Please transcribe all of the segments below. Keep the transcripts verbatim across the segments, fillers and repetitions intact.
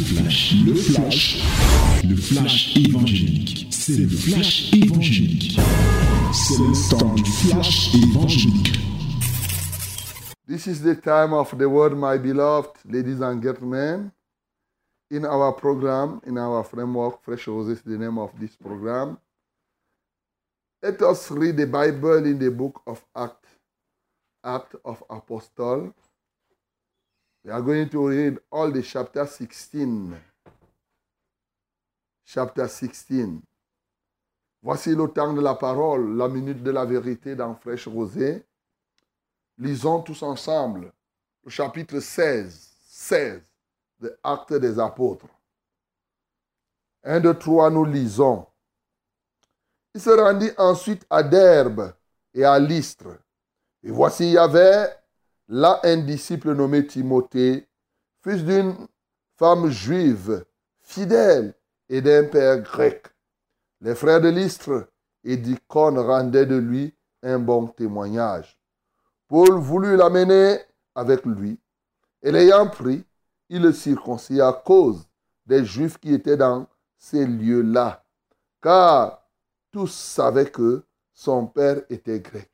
flash, le flash, le flash évangélique. C'est le flash évangélique. C'est le temps du flash évangélique. This is the time of the word, my beloved ladies and gentlemen. In our program, in our framework, Fresh Roses is the name of this program. Let us read the Bible in the book of Acts, Acts of Apostles. We are going to read all the chapter sixteen. Chapter sixteen. Voici le temps de la parole, la minute de la vérité dans Fraîche Rosée. Lisons tous ensemble le chapitre seize, seize de Actes des Apôtres. Un, deux, trois, nous lisons. Il se rendit ensuite à Derbe et à Lystre. Et voici, il y avait là un disciple nommé Timothée, fils d'une femme juive, fidèle et d'un père grec. Les frères de Lystre et d'Icône rendaient de lui un bon témoignage. Paul voulut l'amener avec lui, et l'ayant pris, il le circoncit à cause des Juifs qui étaient dans ces lieux-là, car tous savaient que son père était grec.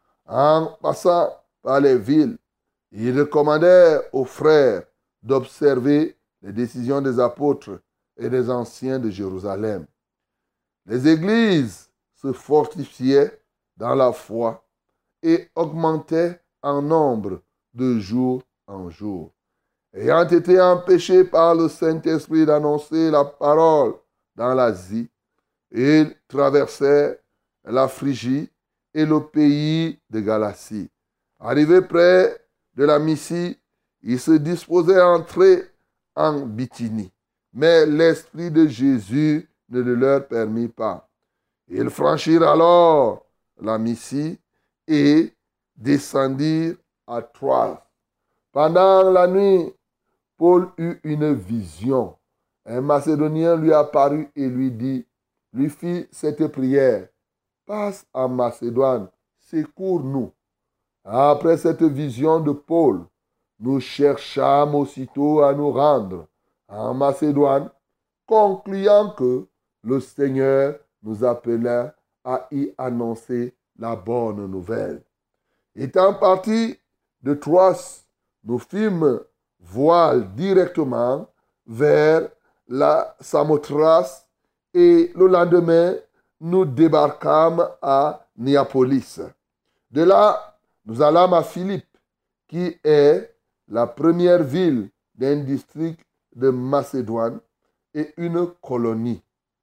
En passant par les villes, il recommandait aux frères d'observer les décisions des apôtres et des anciens de Jérusalem. Les églises se fortifiaient dans la foi et augmentaient en nombre de jour en jour. Ayant été empêchés par le Saint-Esprit d'annoncer la parole dans l'Asie, ils traversaient la Phrygie et le pays de Galatie. Arrivés près de la Mysie, ils se disposaient à entrer en Bithynie. Mais l'Esprit de Jésus ne le leur permit pas. Ils franchirent alors la Mysie et descendirent à Troas. Pendant la nuit, Paul eut une vision. Un Macédonien lui apparut et lui dit, lui fit cette prière. Passe en Macédoine, secours-nous. Après cette vision de Paul, nous cherchâmes aussitôt à nous rendre en Macédoine, concluant que le Seigneur nous appelait à y annoncer la bonne nouvelle. Étant partis de Troas, nous fîmes voile directement vers la Samothrace et le lendemain, nous débarquâmes à Néapolis. De là, nous allâmes à Philippe, qui est la première ville d'un district de Macédoine et une colonie.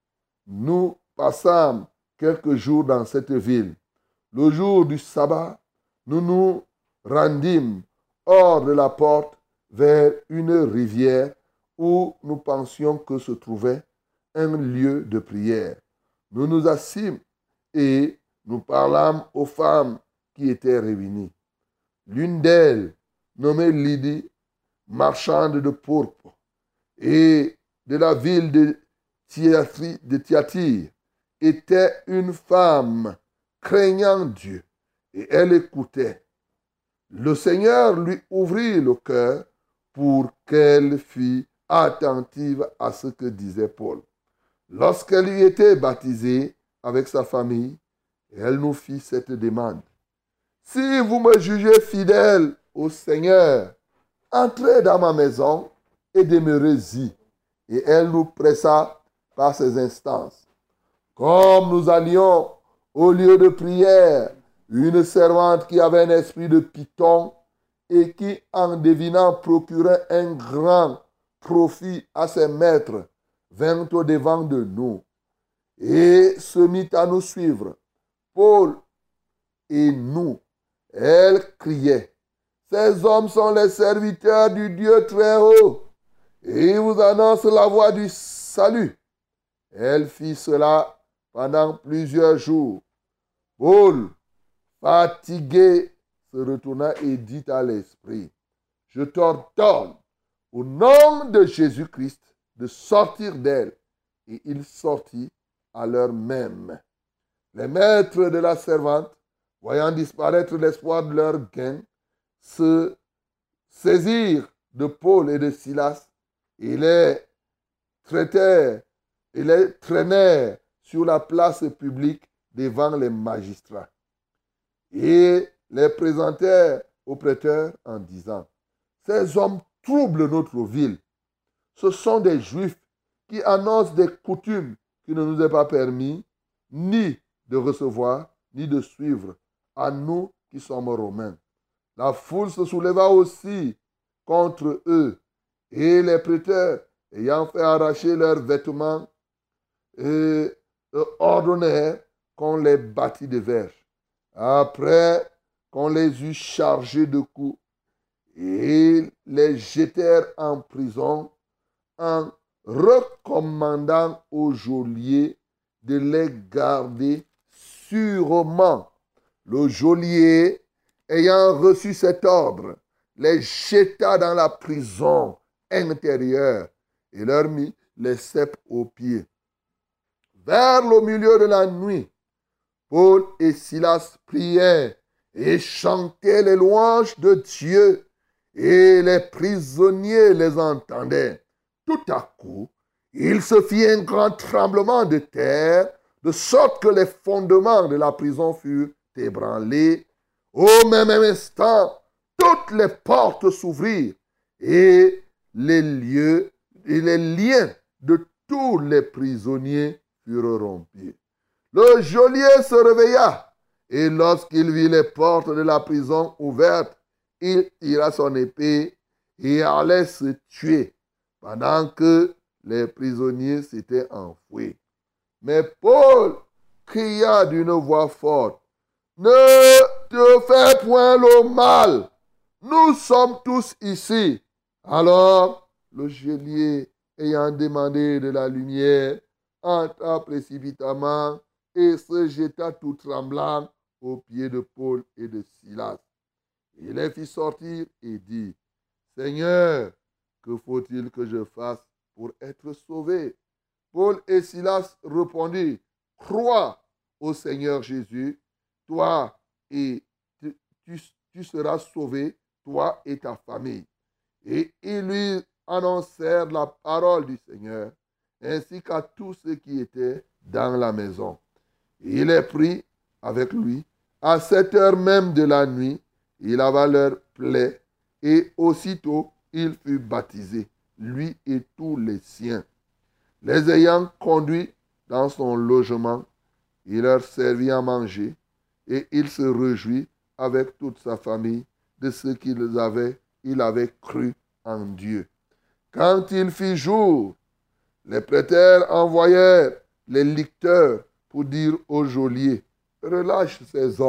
Nous passâmes quelques jours dans cette ville. Le jour du sabbat, nous nous rendîmes hors de la porte vers une rivière où nous pensions que se trouvait un lieu de prière. Nous nous assîmes et nous parlâmes aux femmes qui étaient réunies. L'une d'elles, nommée Lydie, marchande de pourpre, et de la ville de Thyatire, était une femme craignant Dieu, et elle écoutait. Le Seigneur lui ouvrit le cœur pour qu'elle fût attentive à ce que disait Paul. Lorsqu'elle eut été baptisée avec sa famille, elle nous fit cette demande. Si vous me jugez fidèle au Seigneur, entrez dans ma maison et demeurez-y. Et elle nous pressa par ses instances. Comme nous allions au lieu de prière, une servante qui avait un esprit de python et qui, en devinant, procurait un grand profit à ses maîtres, vint au-devant de nous et se mit à nous suivre. Paul et nous, elle criait, « Ces hommes sont les serviteurs du Dieu très haut, et ils vous annoncent la voie du salut. » Elle fit cela pendant plusieurs jours. Paul, fatigué, se retourna et dit à l'esprit, « Je t'ordonne, au nom de Jésus-Christ, de sortir d'elle. » Et il sortit à l'heure même. Les maîtres de la servante, voyant disparaître l'espoir de leur gain, se saisirent de Paul et de Silas et les traitèrent et les traînèrent sur la place publique devant les magistrats et les présentèrent au prêteur en disant, ces hommes troublent notre ville. Ce sont des Juifs qui annoncent des coutumes qui ne nous est pas permis ni de recevoir, ni de suivre, à nous qui sommes Romains. La foule se souleva aussi contre eux, et les prêteurs, ayant fait arracher leurs vêtements, et ordonnèrent qu'on les bâtît de verges. Après qu'on les eut chargés de coups, et les jetèrent en prison en recommandant au geôlier de les garder sûrement. Le geôlier, ayant reçu cet ordre, les jeta dans la prison intérieure et leur mit les ceps aux pieds. Vers le milieu de la nuit, Paul et Silas priaient et chantaient les louanges de Dieu, et les prisonniers les entendaient. Tout à coup, il se fit un grand tremblement de terre, de sorte que les fondements de la prison furent ébranlés. Au même instant, toutes les portes s'ouvrirent et les lieux et les liens de tous les prisonniers furent rompus. Le geôlier se réveilla et lorsqu'il vit les portes de la prison ouvertes, il tira son épée et allait se tuer pendant que les prisonniers s'étaient enfouis. Mais Paul cria d'une voix forte, « Ne te fais point le mal, nous sommes tous ici. » Alors le geôlier, ayant demandé de la lumière, entra précipitamment et se jeta tout tremblant aux pieds de Paul et de Silas. Il les fit sortir et dit, « Seigneur, que faut-il que je fasse pour être sauvé? » Paul et Silas répondirent, « Crois au Seigneur Jésus, toi et tu, tu, tu seras sauvé, toi et ta famille. » Et ils lui annoncèrent la parole du Seigneur, ainsi qu'à tous ceux qui étaient dans la maison. Il les prit avec lui. À cette heure même de la nuit, il lava leurs plaies, et aussitôt il fut baptisé, lui et tous les siens. Les ayant conduits dans son logement, il leur servit à manger, et il se réjouit avec toute sa famille de ce qu'il avait, il avait cru en Dieu. Quand il fit jour, les prêteurs envoyèrent les licteurs pour dire au geôlier, « Relâche ces hommes. »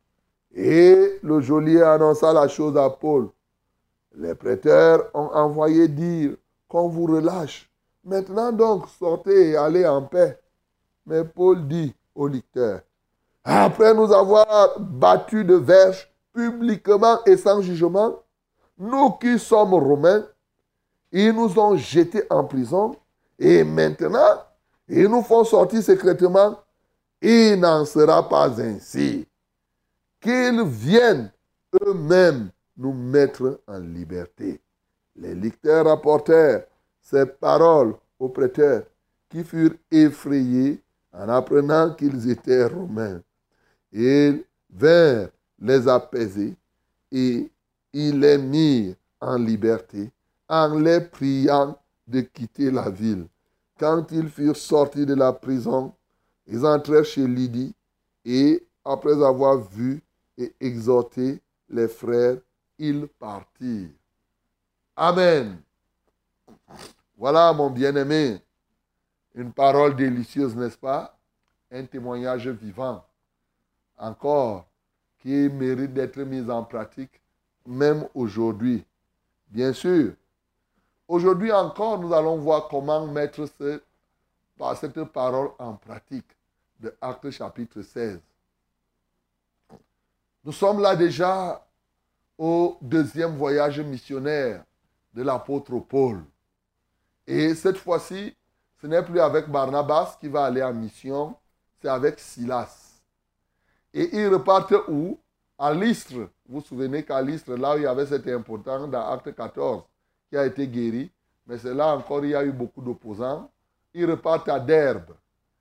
Et le geôlier annonça la chose à Paul. Les prêteurs ont envoyé dire qu'on vous relâche. Maintenant donc, sortez et allez en paix. Mais Paul dit au licteur, après nous avoir battus de verges publiquement et sans jugement, nous qui sommes Romains, ils nous ont jetés en prison et maintenant, ils nous font sortir secrètement. Il n'en sera pas ainsi. Qu'ils viennent eux-mêmes nous mettre en liberté. Les licteurs rapportèrent ces paroles aux prêteurs qui furent effrayés en apprenant qu'ils étaient romains. Ils vinrent les apaiser et ils les mirent en liberté en les priant de quitter la ville. Quand ils furent sortis de la prison, ils entrèrent chez Lydie et, après avoir vu et exhorté les frères, ils partirent. Amen. Voilà, mon bien-aimé, une parole délicieuse, n'est-ce pas? Un témoignage vivant, encore, qui mérite d'être mis en pratique, même aujourd'hui. Bien sûr, aujourd'hui encore, nous allons voir comment mettre ce, cette parole en pratique de Actes chapitre seize. Nous sommes là déjà au deuxième voyage missionnaire de l'apôtre Paul. Et cette fois-ci, ce n'est plus avec Barnabas qui va aller en mission, c'est avec Silas. Et ils repartent où? À Lystre. Vous vous souvenez qu'à Lystre, là où il y avait cet important dans Acte quatorze, qui a été guéri. mais c'est là encore, il y a eu beaucoup d'opposants. Ils repartent à Derbe.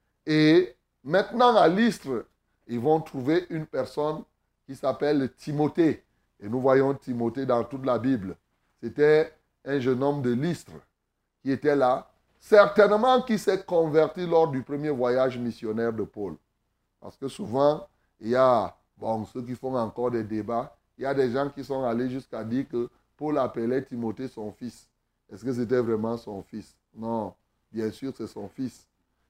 Et maintenant, à Lystre, ils vont trouver une personne qui s'appelle Timothée. Et nous voyons Timothée dans toute la Bible. C'était un jeune homme de Lystre qui était là, certainement qui s'est converti lors du premier voyage missionnaire de Paul. Parce que souvent, il y a, bon, ceux qui font encore des débats, il y a des gens qui sont allés jusqu'à dire que Paul appelait Timothée son fils. Est-ce que c'était vraiment son fils? Non, bien sûr, c'est son fils.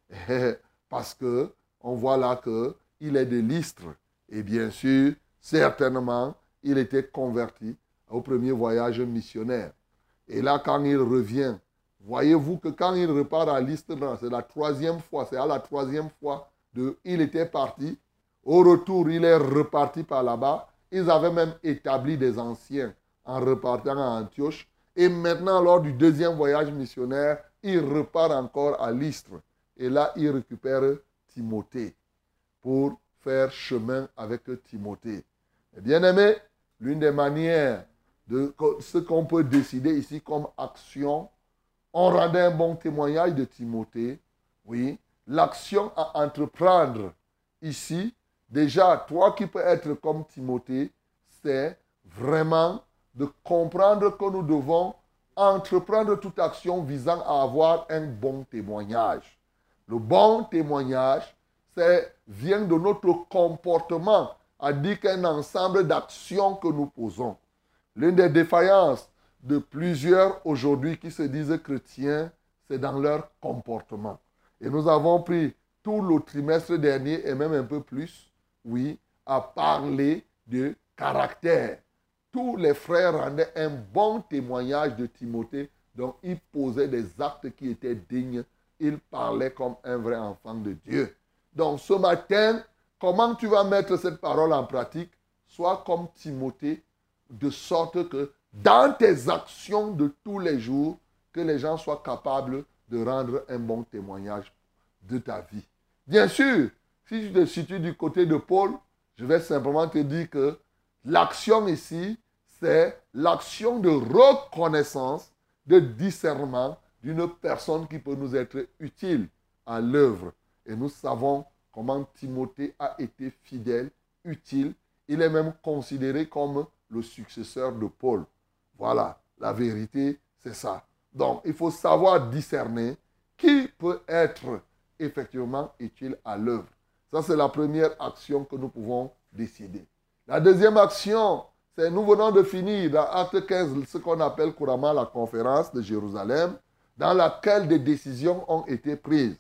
Parce qu'on voit là qu'il est de Lystre. Et bien sûr, certainement, il était converti au premier voyage missionnaire. Et là, quand il revient, voyez-vous que quand il repart à Lystre, c'est la troisième fois, c'est à la troisième fois, de, il était parti. Au retour, il est reparti par là-bas. Ils avaient même établi des anciens en repartant à Antioche. Et maintenant, lors du deuxième voyage missionnaire, il repart encore à Lystre. Et là, il récupère Timothée pour faire chemin avec Timothée. Et bien aimé, l'une des manières de ce qu'on peut décider ici comme action, on rendait un bon témoignage de Timothée. Oui, l'action à entreprendre ici, déjà, toi qui peux être comme Timothée, c'est vraiment de comprendre que nous devons entreprendre toute action visant à avoir un bon témoignage. Le bon témoignage, c'est, vient de notre comportement, à dire qu'un ensemble d'actions que nous posons. L'une des défaillances de plusieurs aujourd'hui qui se disent chrétiens, c'est dans leur comportement. Et nous avons pris tout le trimestre dernier, et même un peu plus, oui, à parler de caractère. Tous les frères rendaient un bon témoignage de Timothée, donc ils posaient des actes qui étaient dignes, ils parlaient comme un vrai enfant de Dieu. Donc ce matin, comment tu vas mettre cette parole en pratique? Sois comme Timothée, de sorte que dans tes actions de tous les jours, que les gens soient capables de rendre un bon témoignage de ta vie. Bien sûr, si tu te situes du côté de Paul, je vais simplement te dire que l'action ici, c'est l'action de reconnaissance, de discernement d'une personne qui peut nous être utile à l'œuvre. Et nous savons comment Timothée a été fidèle, utile. Il est même considéré comme le successeur de Paul. Voilà, la vérité, c'est ça. Donc, il faut savoir discerner qui peut être effectivement utile à l'œuvre. Ça, c'est la première action que nous pouvons décider. La deuxième action, c'est nous venons de finir dans Acte quinze, ce qu'on appelle couramment la conférence de Jérusalem, dans laquelle des décisions ont été prises.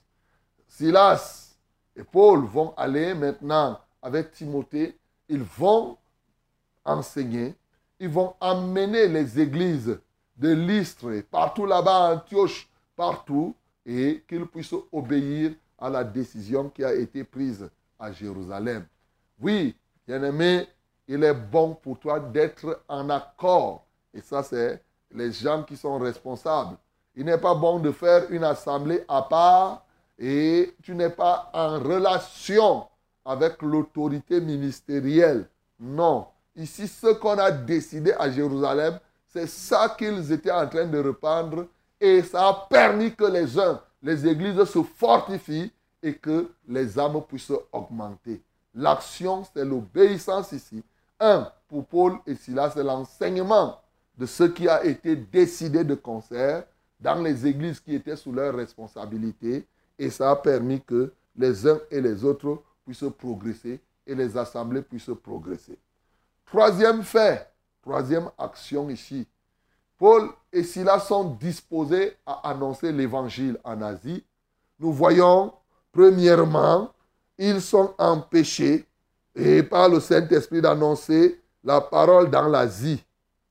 Silas et Paul vont aller maintenant avec Timothée, ils vont enseigner, ils vont amener les églises de Lystre, partout là-bas, Antioche, partout, et qu'ils puissent obéir à la décision qui a été prise à Jérusalem. Oui, bien-aimé, il est bon pour toi d'être en accord. Et ça, c'est les gens qui sont responsables. Il n'est pas bon de faire une assemblée à part et tu n'es pas en relation avec l'autorité ministérielle. Non. Ici, ce qu'on a décidé à Jérusalem, c'est ça qu'ils étaient en train de répandre et ça a permis que les uns, les églises se fortifient et que les âmes puissent augmenter. L'action, c'est l'obéissance ici. Un, pour Paul et Silas, c'est l'enseignement de ce qui a été décidé de concert dans les églises qui étaient sous leur responsabilité et ça a permis que les uns et les autres puissent progresser et les assemblées puissent progresser. Troisième fait, troisième action ici. Paul et Silas sont disposés à annoncer l'évangile en Asie. Nous voyons, premièrement, ils sont empêchés et par le Saint-Esprit d'annoncer la parole dans l'Asie.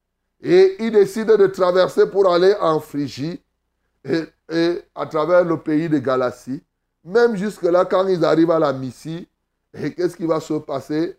Et ils décident de traverser pour aller en Phrygie et, et à travers le pays de Galatie. Même jusque-là, quand ils arrivent à la Mysie, et qu'est-ce qui va se passer?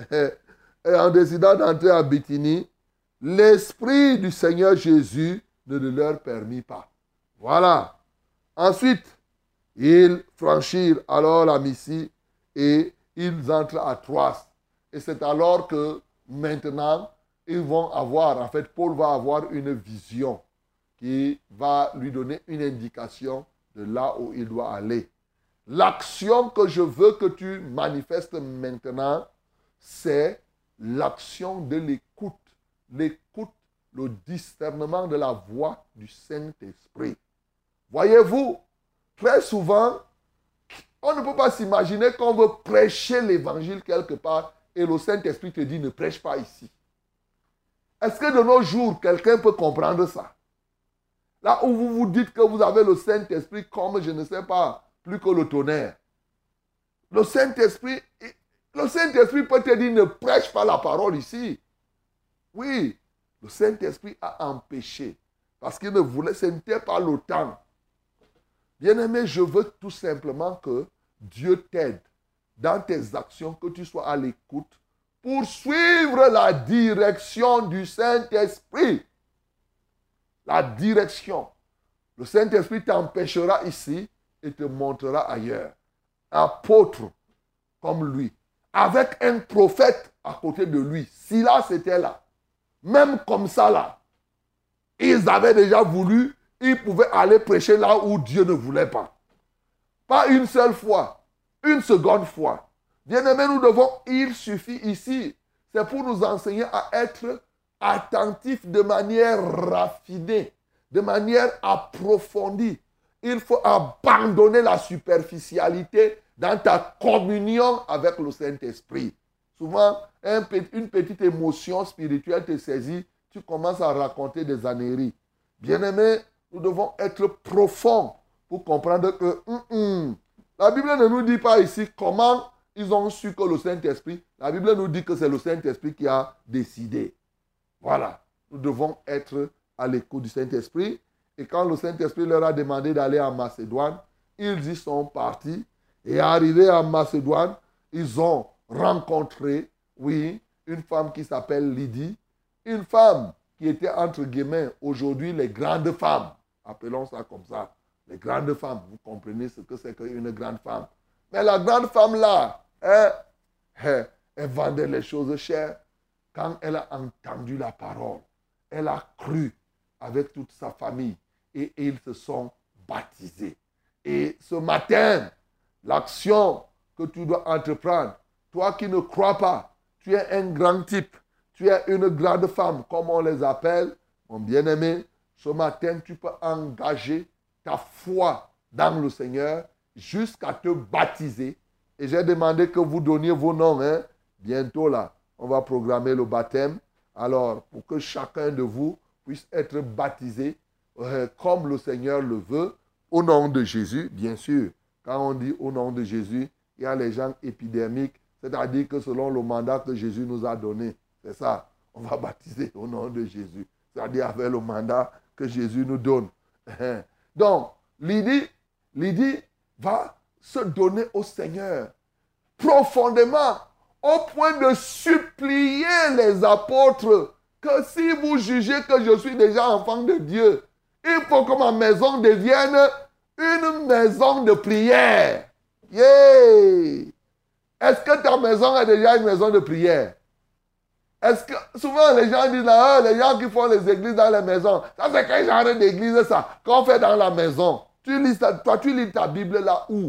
Et en décidant d'entrer à Bithynie, l'Esprit du Seigneur Jésus ne le leur permit pas. Voilà. Ensuite, ils franchirent alors la Mysie et ils entrent à Troas. Et c'est alors que maintenant, ils vont avoir, en fait, Paul va avoir une vision. qui va lui donner une indication de là où il doit aller. L'action que je veux que tu manifestes maintenant, c'est l'action de l'écoute. L'écoute, le discernement de la voix du Saint-Esprit. Voyez-vous, très souvent, on ne peut pas s'imaginer qu'on veut prêcher l'évangile quelque part et le Saint-Esprit te dit ne prêche pas ici. Est-ce que de nos jours, quelqu'un peut comprendre ça? Là où vous vous dites que vous avez le Saint-Esprit comme, je ne sais pas, plus que le tonnerre. Le Saint-Esprit, le Saint-Esprit peut te dire ne prêche pas la parole ici. Oui, le Saint-Esprit a empêché parce qu'il ne voulait, ce n'était pas le temps. Bien-aimé, je veux tout simplement que Dieu t'aide dans tes actions, que tu sois à l'écoute pour suivre la direction du Saint-Esprit. La direction. Le Saint-Esprit t'empêchera ici et te montrera ailleurs. Apôtre comme lui, avec un prophète à côté de lui. Silas était là. Même comme ça là, ils avaient déjà voulu, ils pouvaient aller prêcher là où Dieu ne voulait pas. Pas une seule fois, une seconde fois. Bien-aimés, nous devons, il suffit ici, c'est pour nous enseigner à être attentifs de manière raffinée, de manière approfondie. Il faut abandonner la superficialité dans ta communion avec le Saint-Esprit. Souvent, un, une petite émotion spirituelle te saisit, tu commences à raconter des âneries. Bien-aimés, nous devons être profonds pour comprendre que hum, hum, la Bible ne nous dit pas ici comment ils ont su que le Saint-Esprit, la Bible nous dit que c'est le Saint-Esprit qui a décidé. Voilà, nous devons être à l'écoute du Saint-Esprit. Et quand le Saint-Esprit leur a demandé d'aller en Macédoine, ils y sont partis. Et arrivés en Macédoine, ils ont rencontré, oui, une femme qui s'appelle Lydie, une femme qui était entre guillemets aujourd'hui les grandes femmes. Appelons ça comme ça, les grandes femmes. Vous comprenez ce que c'est qu'une grande femme. Mais la grande femme là, hein, elle, elle vendait les choses chères. Quand elle a entendu la parole, elle a cru avec toute sa famille et ils se sont baptisés. Et ce matin, l'action que tu dois entreprendre, toi qui ne crois pas, tu es un grand type, tu es une grande femme, comme on les appelle, mon bien-aimé, ce matin, tu peux engager ta foi dans le Seigneur jusqu'à te baptiser. Et j'ai demandé que vous donniez vos noms. Hein. Bientôt là, on va programmer le baptême. Alors, pour que chacun de vous puisse être baptisé euh, comme le Seigneur le veut, au nom de Jésus, bien sûr. Quand on dit au nom de Jésus, il y a les gens épidermiques, c'est-à-dire que selon le mandat que Jésus nous a donné, c'est ça, on va baptiser au nom de Jésus. C'est-à-dire avec le mandat que Jésus nous donne. Donc, Lydie, Lydie va se donner au Seigneur profondément, au point de supplier les apôtres que si vous jugez que je suis déjà enfant de Dieu, il faut que ma maison devienne une maison de prière. Yeah! Est-ce que ta maison est déjà une maison de prière? Est-ce que souvent les gens disent là, oh, les gens qui font les églises dans les maisons, ça c'est quel genre d'église ça? Qu'on fait dans la maison. Tu lis ça, toi tu lis ta Bible là où?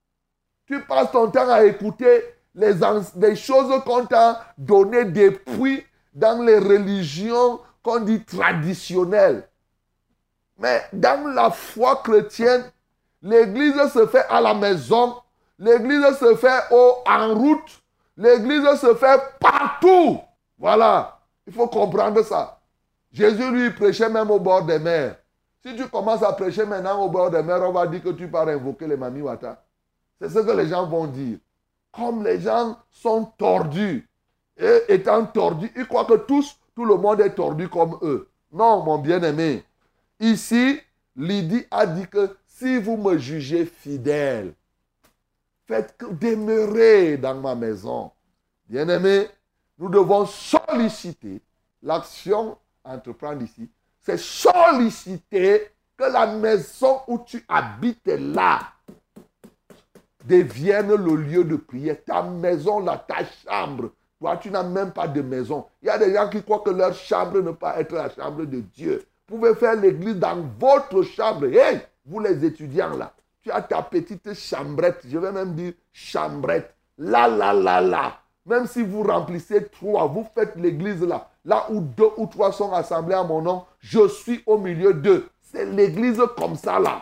Tu passes ton temps à écouter les, les choses qu'on t'a données depuis dans les religions qu'on dit traditionnelles. Mais dans la foi chrétienne, l'église se fait à la maison, l'église se fait au, en route, l'église se fait partout. Voilà, il faut comprendre ça. Jésus, lui, prêchait même au bord des mers. Si tu commences à prêcher maintenant au bord des mers, on va dire que tu pars invoquer les Mami Wata. C'est ce que les gens vont dire. Comme les gens sont tordus, et étant tordus, ils croient que tous, tout le monde est tordu comme eux. Non, mon bien-aimé. Ici, Lydie a dit que si vous me jugez fidèle, faites que demeurer dans ma maison. Bien-aimé, nous devons solliciter l'action à entreprendre ici. C'est solliciter que la maison où tu habites là devienne le lieu de prière. Ta maison, là, ta chambre. Toi, tu n'as même pas de maison. Il y a des gens qui croient que leur chambre ne peut pas être la chambre de Dieu. pouvez faire l'église dans votre chambre. Hey, vous les étudiants là, tu as ta petite chambrette, je vais même dire chambrette. Là, là, là, là. Même si vous remplissez trois, vous faites l'église là. Là où deux ou trois sont assemblés à mon nom, je suis au milieu d'eux. C'est l'église comme ça là.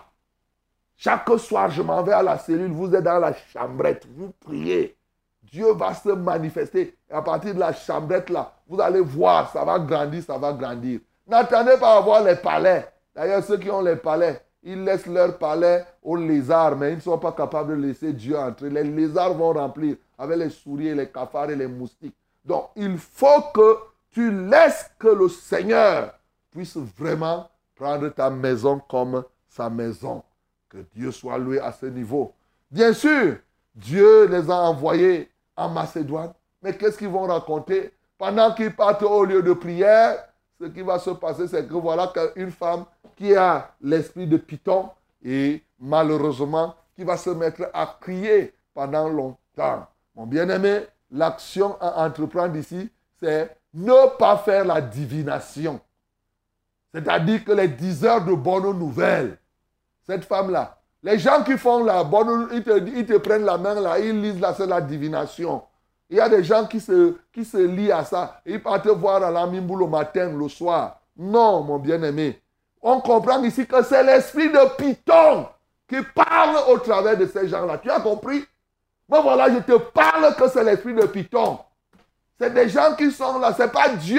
Chaque soir, je m'en vais à la cellule, vous êtes dans la chambrette, vous priez. Dieu va se manifester. Et à partir de la chambrette là, vous allez voir, ça va grandir, ça va grandir. N'attendez pas à avoir les palais. D'ailleurs, ceux qui ont les palais, ils laissent leur palais aux lézards, mais ils ne sont pas capables de laisser Dieu entrer. Les lézards vont remplir avec les souris, les cafards et les moustiques. Donc, il faut que tu laisses que le Seigneur puisse vraiment prendre ta maison comme sa maison. Que Dieu soit loué à ce niveau. Bien sûr, Dieu les a envoyés en Macédoine. Mais qu'est-ce qu'ils vont raconter? Pendant qu'ils partent au lieu de prière, ce qui va se passer, c'est que voilà une femme qui a l'esprit de Python et malheureusement qui va se mettre à crier pendant longtemps. Mon bien-aimé, l'action à entreprendre ici, c'est ne pas faire la divination. C'est-à-dire que les diseurs de bonnes nouvelles, cette femme-là, les gens qui font la bonne, ils te, ils te prennent la main là, ils lisent là, c'est la divination. Il y a des gens qui se, qui se lient à ça. Ils partent voir à la Mimboule le matin, le soir. Non, mon bien-aimé. On comprend ici que c'est l'esprit de Python qui parle au travers de ces gens-là. Tu as compris? Moi, voilà, je te parle que c'est l'esprit de Python. C'est des gens qui sont là. Ce n'est pas Dieu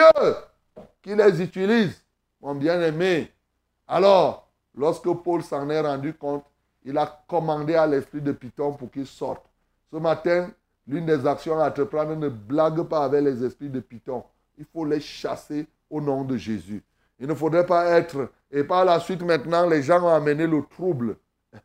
qui les utilise, mon bien-aimé. Alors, lorsque Paul s'en est rendu compte, il a commandé à l'esprit de Python pour qu'il sorte. Ce matin, l'une des actions à entreprendre, ne blague pas avec les esprits de Python. Il faut les chasser au nom de Jésus. Il ne faudrait pas être... Et par la suite, maintenant, les gens ont amené le trouble.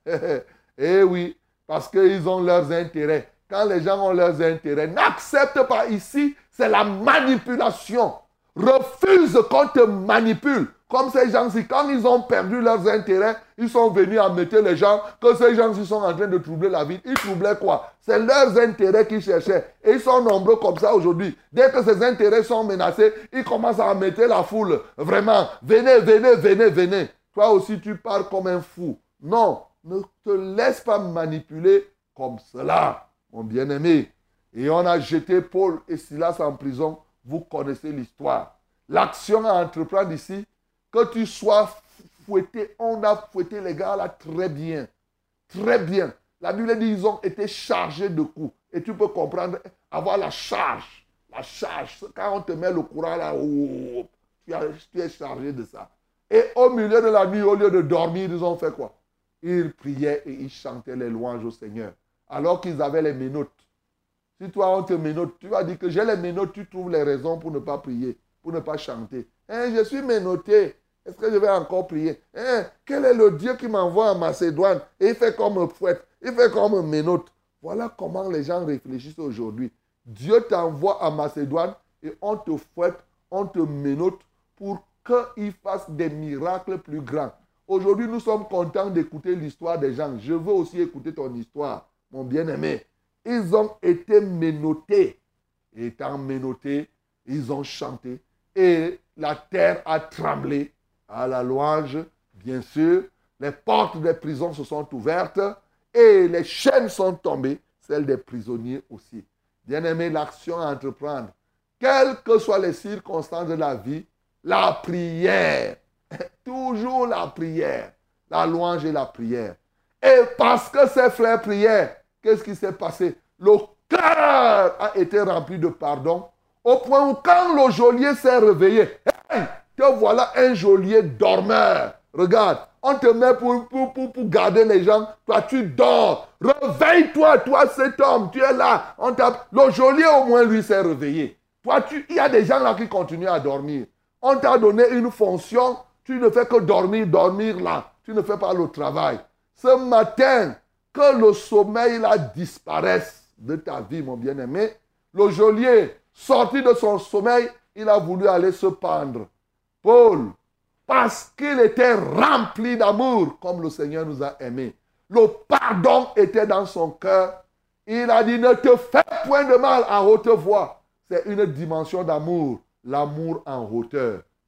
Eh oui, parce qu'ils ont leurs intérêts. Quand les gens ont leurs intérêts, n'accepte pas ici, c'est la manipulation. Refuse qu'on te manipule. Comme ces gens-ci, quand ils ont perdu leurs intérêts, ils sont venus embêter les gens, que ces gens-ci sont en train de troubler la vie. Ils troublaient quoi? C'est leurs intérêts qu'ils cherchaient. Et ils sont nombreux comme ça aujourd'hui. Dès que ces intérêts sont menacés, ils commencent à embêter la foule. Vraiment, venez, venez, venez, venez. Toi aussi, tu parles comme un fou. Non, ne te laisse pas manipuler comme cela, mon bien-aimé. Et on a jeté Paul et Silas en prison. Vous connaissez l'histoire. L'action à entreprendre ici, que tu sois fouetté, on a fouetté les gars là très bien. Très bien. La Bible dit qu'ils ont été chargés de coups. Et tu peux comprendre, avoir la charge. La charge. Quand on te met le courant là, oh, tu, as, tu es chargé de ça. Et au milieu de la nuit, au lieu de dormir, ils ont fait quoi? Ils priaient et ils chantaient les louanges au Seigneur. Alors qu'ils avaient les ménotes. Si toi on te ménote, tu vas dire que j'ai les ménotes, tu trouves les raisons pour ne pas prier, pour ne pas chanter. Hein, je suis ménoté. Est-ce que je vais encore prier? Hein, quel est le Dieu qui m'envoie en Macédoine? Et il fait comme fouette, il fait comme ménote. Voilà comment les gens réfléchissent aujourd'hui. Dieu t'envoie en Macédoine et on te fouette, on te ménote pour qu'il fasse des miracles plus grands. Aujourd'hui, nous sommes contents d'écouter l'histoire des gens. Je veux aussi écouter ton histoire, mon bien-aimé. Ils ont été ménotés. Et étant ménotés, ils ont chanté. Et la terre a tremblé. À la louange, bien sûr, les portes des prisons se sont ouvertes et les chaînes sont tombées, celles des prisonniers aussi. Bien-aimé, l'action à entreprendre, quelles que soient les circonstances de la vie, la prière, toujours la prière, la louange et la prière. Et parce que ces frères prièrent, qu'est-ce qui s'est passé? Le cœur a été rempli de pardon, au point où quand le geôlier s'est réveillé, hey, te voilà un geôlier dormeur. Regarde, on te met pour, pour, pour, pour garder les gens. Toi, tu dors. Réveille-toi, toi, cet homme. Tu es là. On t'a... Le geôlier, au moins, lui, s'est réveillé. Toi, tu... il y a des gens là qui continuent à dormir. On t'a donné une fonction. Tu ne fais que dormir, dormir là. Tu ne fais pas le travail. Ce matin, que le sommeil là disparaisse de ta vie, mon bien-aimé. Le geôlier, sorti de son sommeil, il a voulu aller se pendre. Paul, parce qu'il était rempli d'amour, comme le Seigneur nous a aimés. Le pardon était dans son cœur. Il a dit, ne te fais point de mal à haute voix. C'est une dimension d'amour, l'amour en hauteur.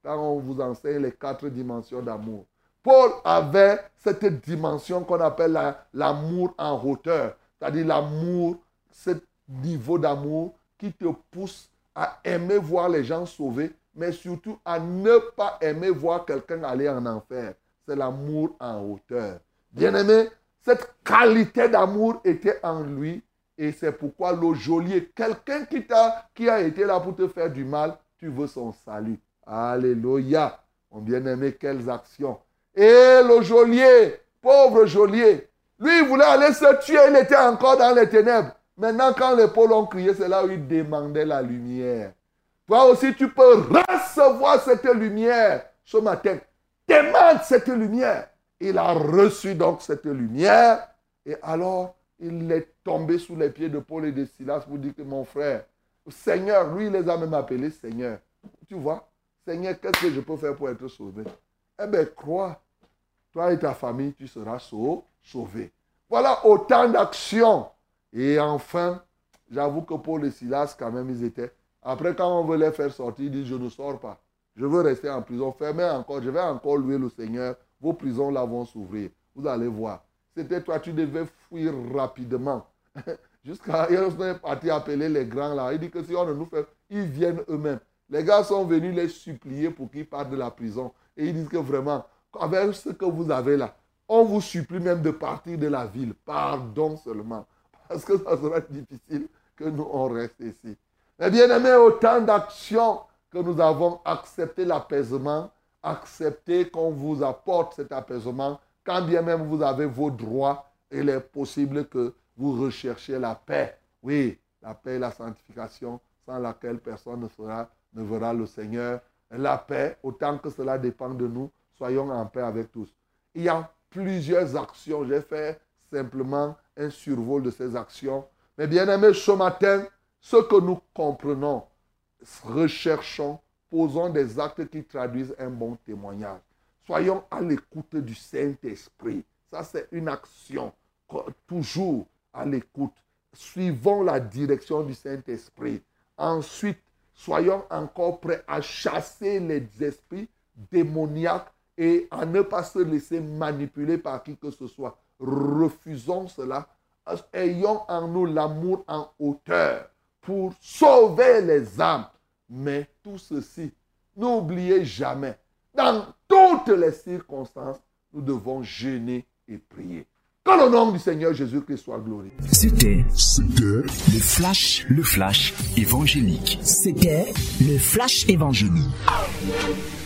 quand on vous enseigne les quatre dimensions d'amour. Paul avait cette dimension qu'on appelle la, l'amour en hauteur. C'est-à-dire l'amour, ce niveau d'amour qui te pousse à aimer voir les gens sauvés, mais surtout à ne pas aimer voir quelqu'un aller en enfer. C'est l'amour en hauteur. Bien-aimé, cette qualité d'amour était en lui et c'est pourquoi le geôlier, quelqu'un qui, t'a, qui a été là pour te faire du mal, tu veux son salut. Alléluia. Mon bien-aimé, quelles actions. Et le geôlier, pauvre geôlier, lui, il voulait aller se tuer, il était encore dans les ténèbres. Maintenant, quand les pauvres ont crié, c'est là où il demandait la lumière. Toi aussi, tu peux recevoir cette lumière ce matin. Demande cette lumière. Il a reçu donc cette lumière. Et alors, il est tombé sous les pieds de Paul et de Silas pour dire que mon frère, Seigneur, lui, il les a même appelés Seigneur. Tu vois, Seigneur, qu'est-ce que je peux faire pour être sauvé? Eh bien, crois. Toi et ta famille, tu seras sauvé. Voilà autant d'actions. Et enfin, j'avoue que Paul et Silas, quand même, ils étaient... Après, quand on veut les faire sortir, ils disent, je ne sors pas. Je veux rester en prison. Fermez encore. Je vais encore louer le Seigneur. Vos prisons là vont s'ouvrir. Vous allez voir. C'était toi, tu devais fuir rapidement. Jusqu'à... Ils sont partis appeler les grands là. Il dit que si on ne nous fait... Ils viennent eux-mêmes. Les gars sont venus les supplier pour qu'ils partent de la prison. Et ils disent que vraiment, avec ce que vous avez là, on vous supplie même de partir de la ville. Pardon seulement. Parce que ça sera difficile que nous, on reste ici. Mais bien aimé, autant d'actions que nous avons accepté l'apaisement, accepté qu'on vous apporte cet apaisement, quand bien même vous avez vos droits, il est possible que vous recherchiez la paix. Oui, la paix et la sanctification, sans laquelle personne ne, sera, ne verra le Seigneur. La paix, autant que cela dépend de nous, soyons en paix avec tous. Il y a plusieurs actions. J'ai fait simplement un survol de ces actions. Mais bien aimé, ce matin, ce que nous comprenons, recherchons, posons des actes qui traduisent un bon témoignage. Soyons à l'écoute du Saint-Esprit. Ça, c'est une action. Toujours à l'écoute. Suivons la direction du Saint-Esprit. Ensuite, soyons encore prêts à chasser les esprits démoniaques et à ne pas se laisser manipuler par qui que ce soit. Refusons cela. Ayons en nous l'amour en hauteur pour sauver les âmes. Mais tout ceci, n'oubliez jamais, dans toutes les circonstances, nous devons jeûner et prier. Que le nom du Seigneur Jésus-Christ soit glorifié. C'était, C'était le flash, le flash évangélique. C'était le flash évangélique.